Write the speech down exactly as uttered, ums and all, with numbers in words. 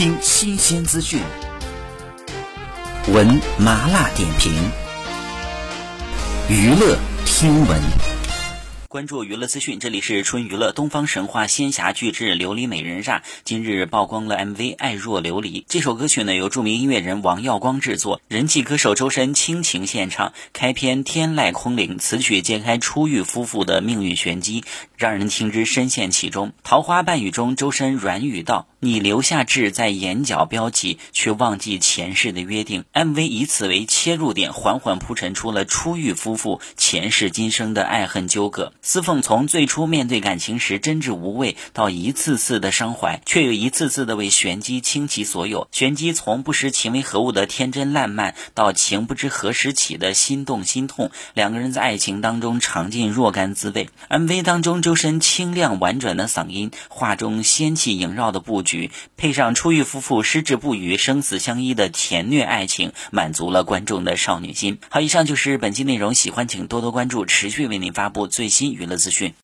听新鲜资讯，闻麻辣点评，娱乐听闻。 关注娱乐资讯，这里是春娱乐。东方神话仙侠巨制《琉璃美人煞》今日曝光了 M V《爱若琉璃》。这首歌曲呢由著名音乐人王耀光制作，人气歌手周深倾情献唱。开篇天籁空灵，此曲揭开初遇夫妇的命运玄机，让人听之深陷其中。桃花半语中，周深软语道：“你留下痣在眼角标记，却忘记前世的约定。” M V 以此为切入点，缓缓铺陈出了初遇夫妇前世今生的爱恨纠葛。司凤从最初面对感情时真挚无畏，到一次次的伤怀，却又一次次的为玄机倾其所有。玄机从不识情为何物的天真烂漫，到情不知何时起的心动心痛，两个人在爱情当中尝尽若干滋味。 M V 当中周深清亮婉转的嗓音，画中仙气萦绕的布局，配上初遇夫妇矢志不渝生死相依的甜虐爱情，满足了观众的少女心。好，以上就是本期内容，喜欢请多多关注，持续为您发布最新娱乐资讯。